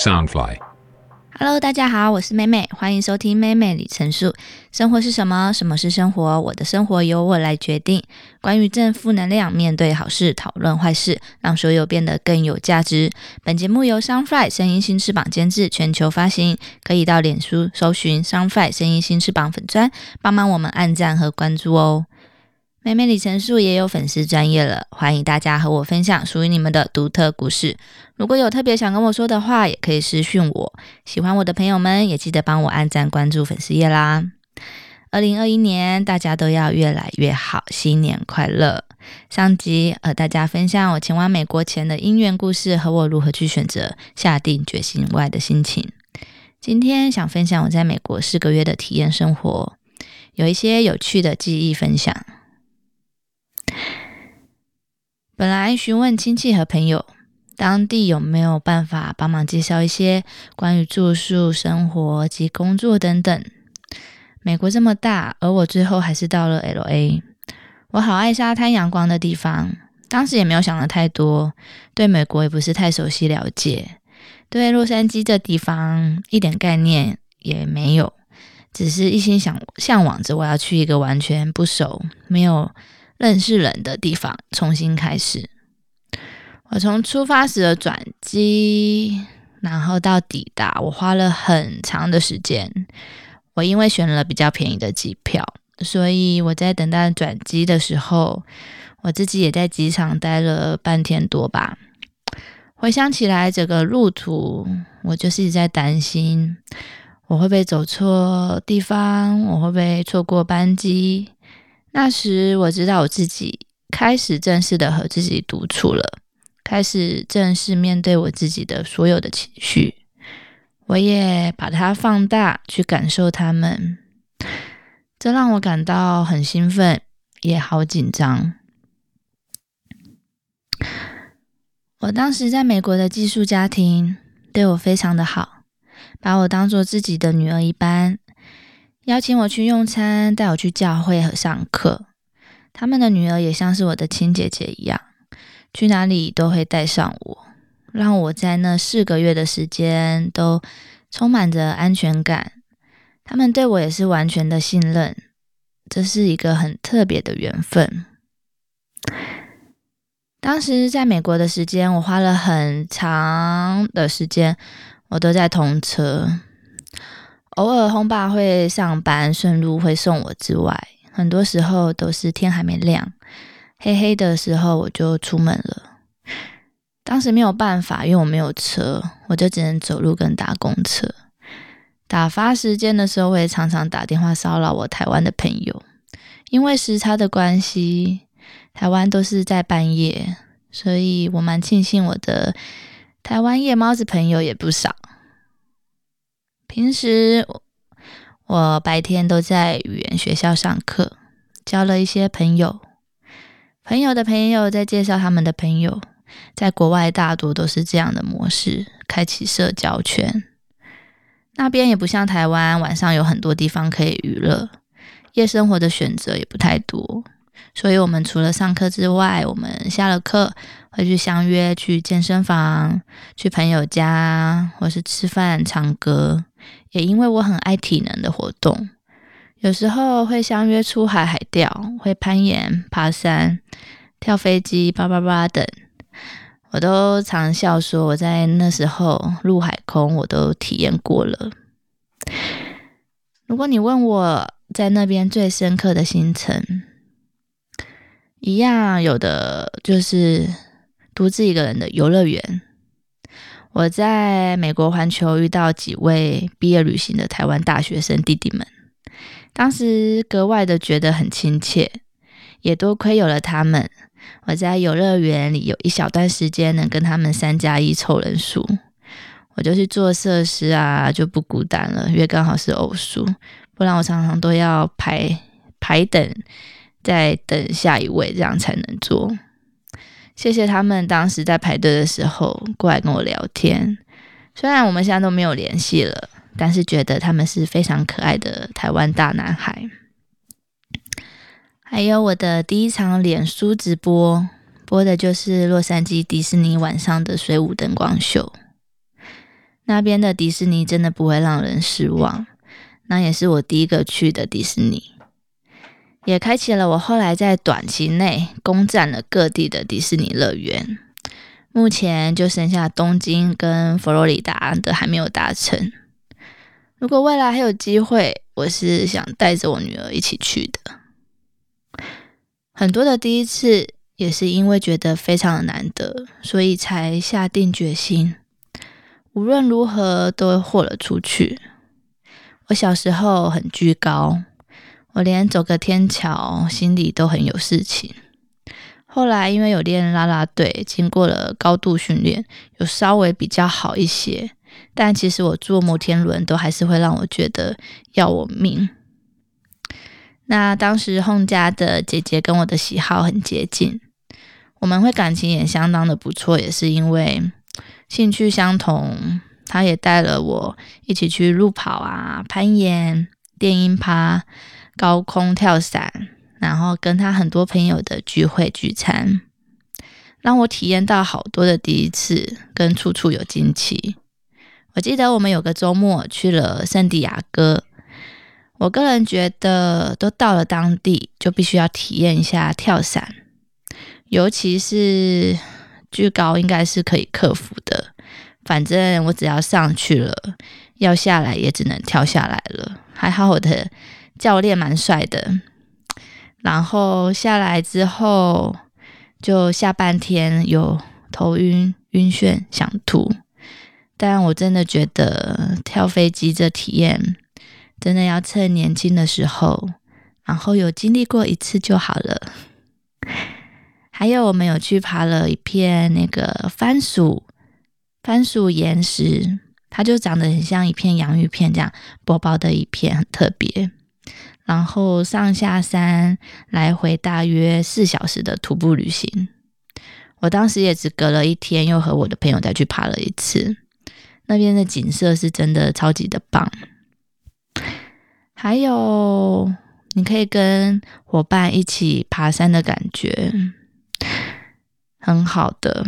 Soundfly。Hello， 大家好，我是妹妹，欢迎收听妹妹里程数。生活是什么？什么是生活？我的生活由我来决定。关于正负能量，面对好事，讨论坏事，让所有变得更有价值。本节目由 Soundfly 声音新翅膀监制，全球发行。可以到脸书搜寻 Soundfly 声音新翅膀粉专，帮忙我们按赞和关注哦。妹妹里程数也有粉丝专页了，欢迎大家和我分享属于你们的独特故事。如果有特别想跟我说的话，也可以私讯我。喜欢我的朋友们也记得帮我按赞关注粉丝页啦。2021年大家都要越来越好，新年快乐。上集和大家分享我前往美国前的因缘故事和我如何去选择下定决心外的心情。今天想分享我在美国4个月的体验生活，有一些有趣的记忆分享。本来询问亲戚和朋友，当地有没有办法帮忙介绍一些关于住宿、生活及工作等等。美国这么大，而我最后还是到了 LA。 我好爱沙滩阳光的地方，当时也没有想得太多，对美国也不是太熟悉了解，对洛杉矶这地方一点概念也没有，只是一心向往着我要去一个完全不熟、没有认识人的地方重新开始。我从出发时的转机，然后到抵达，我花了很长的时间。我因为选了比较便宜的机票，所以我在等待转机的时候，我自己也在机场待了半天多吧。回想起来，整个路途我就是一直在担心，我会不会走错地方，我会不会错过班机。那时我知道我自己开始正式的和自己独处了，开始正式面对我自己的所有的情绪，我也把它放大去感受它们，这让我感到很兴奋，也好紧张。我当时在美国的寄宿家庭对我非常的好，把我当作自己的女儿一般，邀请我去用餐，带我去教会和上课。他们的女儿也像是我的亲姐姐一样，去哪里都会带上我，让我在那4个月的时间都充满着安全感。他们对我也是完全的信任，这是一个很特别的缘分。当时在美国的时间，我花了很长的时间，我都在通车。偶尔轰爸会上班，顺路会送我之外，很多时候都是天还没亮，黑黑的时候我就出门了。当时没有办法，因为我没有车，我就只能走路跟搭公车。打发时间的时候，我也常常打电话骚扰我台湾的朋友，因为时差的关系，台湾都是在半夜，所以我蛮庆幸我的台湾夜猫子朋友也不少。平时我白天都在语言学校上课，交了一些朋友，朋友的朋友在介绍他们的朋友，在国外大多都是这样的模式，开启社交圈。那边也不像台湾，晚上有很多地方可以娱乐，夜生活的选择也不太多，所以我们除了上课之外，我们下了课会去相约去健身房，去朋友家，或是吃饭唱歌。也因为我很爱体能的活动，有时候会相约出海海钓，会攀岩、爬山、跳飞机、叭叭叭等。我都常笑说，我在那时候陆海空我都体验过了。如果你问我在那边最深刻的行程，一样有的就是独自一个人的游乐园。我在美国环球遇到几位毕业旅行的台湾大学生弟弟们，当时格外的觉得很亲切，也多亏有了他们，我在游乐园里有一小段时间能跟他们3+1凑人数，我就去做设施啊，就不孤单了，因为刚好是偶数，不然我常常都要排等，再等下一位，这样才能做。谢谢他们当时在排队的时候过来跟我聊天，虽然我们现在都没有联系了，但是觉得他们是非常可爱的台湾大男孩。还有我的第一场脸书直播，播的就是洛杉矶迪士尼晚上的水舞灯光秀。 那边的迪士尼真的不会让人失望，那也是我第一个去的迪士尼，也开启了我后来在短期内攻占了各地的迪士尼乐园。目前就剩下东京跟佛罗里达的还没有达成。如果未来还有机会，我是想带着我女儿一起去的。很多的第一次也是因为觉得非常的难得，所以才下定决心，无论如何都会豁了出去。我小时候很居高，我连走个天桥心里都很有事情。后来因为有练啦啦队，经过了高度训练，有稍微比较好一些，但其实我坐摩天轮都还是会让我觉得要我命。那当时Hong家的姐姐跟我的喜好很接近，我们会感情也相当的不错，也是因为兴趣相同，她也带了我一起去路跑啊、攀岩、电音趴、高空跳伞，然后跟他很多朋友的聚会聚餐，让我体验到好多的第一次，跟处处有惊奇。我记得我们有个周末去了圣地亚哥，我个人觉得都到了当地就必须要体验一下跳伞，尤其是巨高应该是可以克服的，反正我只要上去了，要下来也只能跳下来了。还好我的教练蛮帅的，然后下来之后就下半天有头晕、晕眩、想吐，但我真的觉得跳飞机这体验真的要趁年轻的时候，然后有经历过一次就好了。还有我们有去爬了一片那个番薯岩石，它就长得很像一片洋芋片这样，薄薄的一片，很特别。然后上下山来回大约4小时的徒步旅行，我当时也只隔了1天，又和我的朋友再去爬了一次。那边的景色是真的超级的棒，还有你可以跟伙伴一起爬山的感觉，很好的。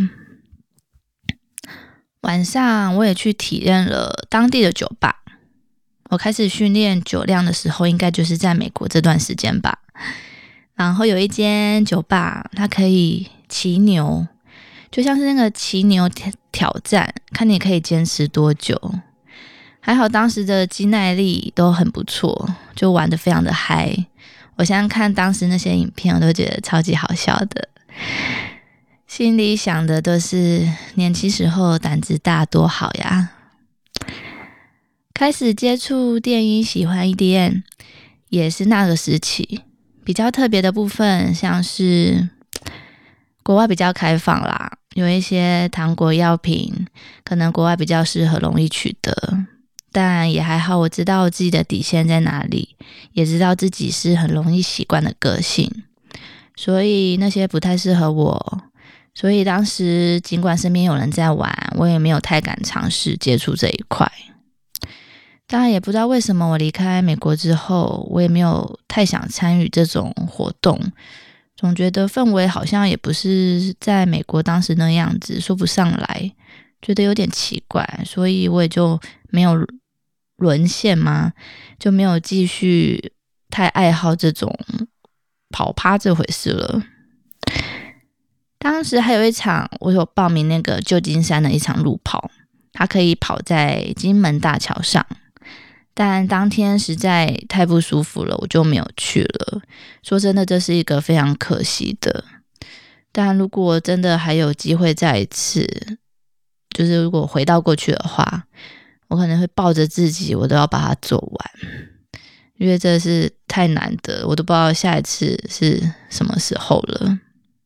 晚上我也去体验了当地的酒吧，我开始训练酒量的时候应该就是在美国这段时间吧。然后有一间酒吧，它可以骑牛，就像是那个骑牛挑战，看你可以坚持多久。还好当时的肌耐力都很不错，就玩得非常的嗨。我现在看当时那些影片，我都觉得超级好笑的，心里想的都是年轻时候胆子大多好呀。开始接触电音，喜欢 EDM， 也是那个时期。比较特别的部分，像是国外比较开放啦，有一些糖果药品，可能国外比较适合容易取得，但也还好，我知道自己的底线在哪里，也知道自己是很容易习惯的个性，所以那些不太适合我。所以当时尽管身边有人在玩，我也没有太敢尝试接触这一块。当然也不知道为什么我离开美国之后，我也没有太想参与这种活动，总觉得氛围好像也不是在美国当时那样子，说不上来，觉得有点奇怪，所以我也就没有沦陷嘛，就没有继续太爱好这种跑趴这回事了。当时还有一场，我有报名那个旧金山的一场路跑，它可以跑在金门大桥上，但当天实在太不舒服了，我就没有去了。说真的，这是一个非常可惜的。但如果真的还有机会再一次，就是如果回到过去的话，我可能会抱着自己，我都要把它做完，因为这是太难得，我都不知道下一次是什么时候了。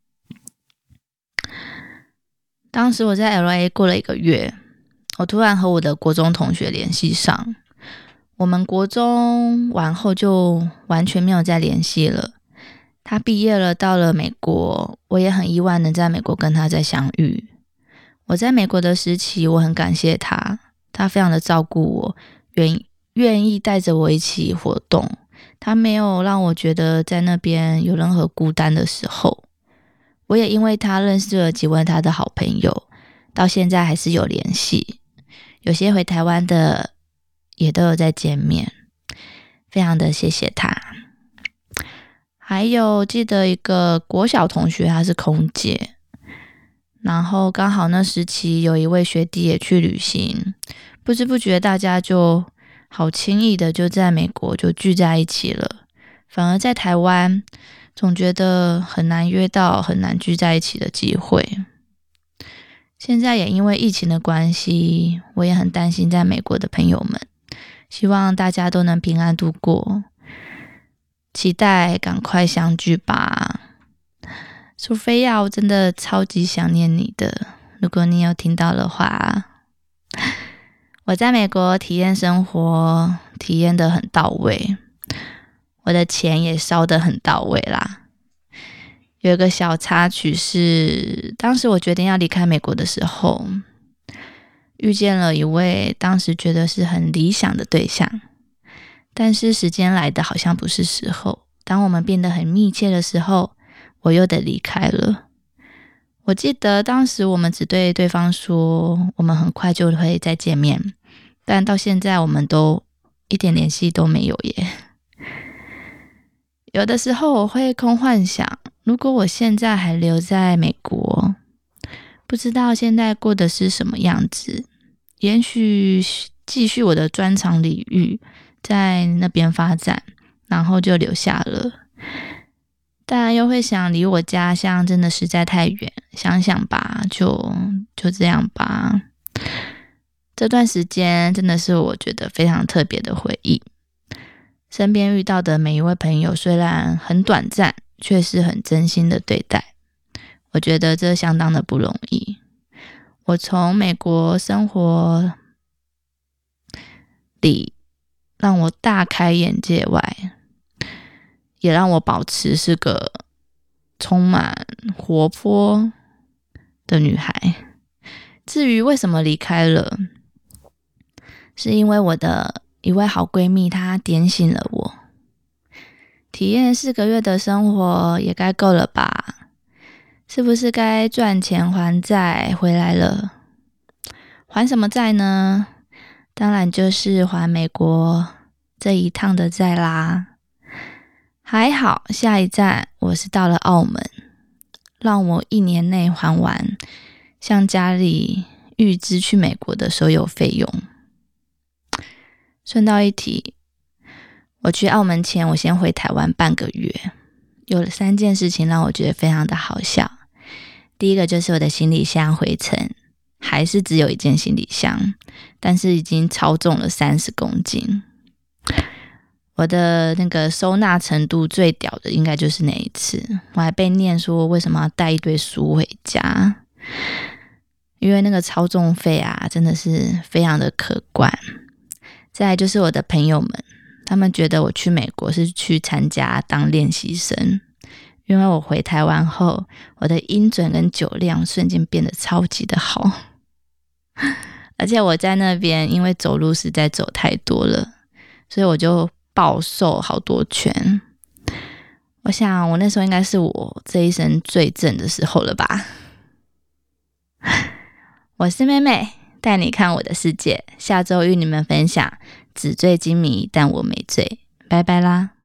当时我在 LA 过了1个月，我突然和我的国中同学联系上，我们国中完后就完全没有再联系了。他毕业了，到了美国，我也很意外能在美国跟他再相遇。我在美国的时期，我很感谢他，他非常的照顾我，愿意带着我一起活动，他没有让我觉得在那边有任何孤单的时候。我也因为他认识了几位他的好朋友，到现在还是有联系。 有些回台湾的也都有在见面，非常的谢谢他。还有记得一个国小同学，她是空姐，然后刚好那时期有一位学弟也去旅行，不知不觉大家就好轻易的就在美国就聚在一起了，反而在台湾总觉得很难约到很难聚在一起的机会。现在也因为疫情的关系，我也很担心在美国的朋友们，希望大家都能平安度过，期待赶快相聚吧。苏菲亚，我真的超级想念你的，如果你有听到的话。我在美国体验生活，体验得很到位，我的钱也烧得很到位啦。有一个小插曲是，当时我决定要离开美国的时候，遇见了一位当时觉得是很理想的对象，但是时间来的好像不是时候，当我们变得很密切的时候，我又得离开了。我记得当时我们只对对方说我们很快就会再见面，但到现在我们都一点联系都没有耶。有的时候我会空幻想，如果我现在还留在美国，不知道现在过的是什么样子，也许继续我的专长领域，在那边发展，然后就留下了。但又会想离我家乡真的实在太远，想想吧，就这样吧。这段时间真的是我觉得非常特别的回忆。身边遇到的每一位朋友虽然很短暂，却是很真心的对待。我觉得这相当的不容易。我从美国生活里让我大开眼界外，也让我保持是个充满活泼的女孩。至于为什么离开了，是因为我的一位好闺蜜她点醒了我，体验4个月的生活也该够了吧，是不是该赚钱还债回来了？还什么债呢？当然就是还美国这一趟的债啦。还好下一站我是到了澳门，让我1年内还完向家里预支去美国的所有费用。顺道一提，我去澳门前我先回台湾半个月，有了3件事情让我觉得非常的好笑。第一个就是我的行李箱回程还是只有1件行李箱，但是已经超重了30公斤。我的那个收纳程度最屌的应该就是那一次，我还被念说为什么要带一堆书回家，因为那个超重费啊真的是非常的可观。再来就是我的朋友们，他们觉得我去美国是去参加当练习生，因为我回台湾后，我的音准跟酒量瞬间变得超级的好。而且我在那边因为走路实在走太多了，所以我就暴瘦好多圈。我想我那时候应该是我这一生最正的时候了吧。我是妹妹，带你看我的世界，下周与你们分享纸醉金迷但我没醉，拜拜啦。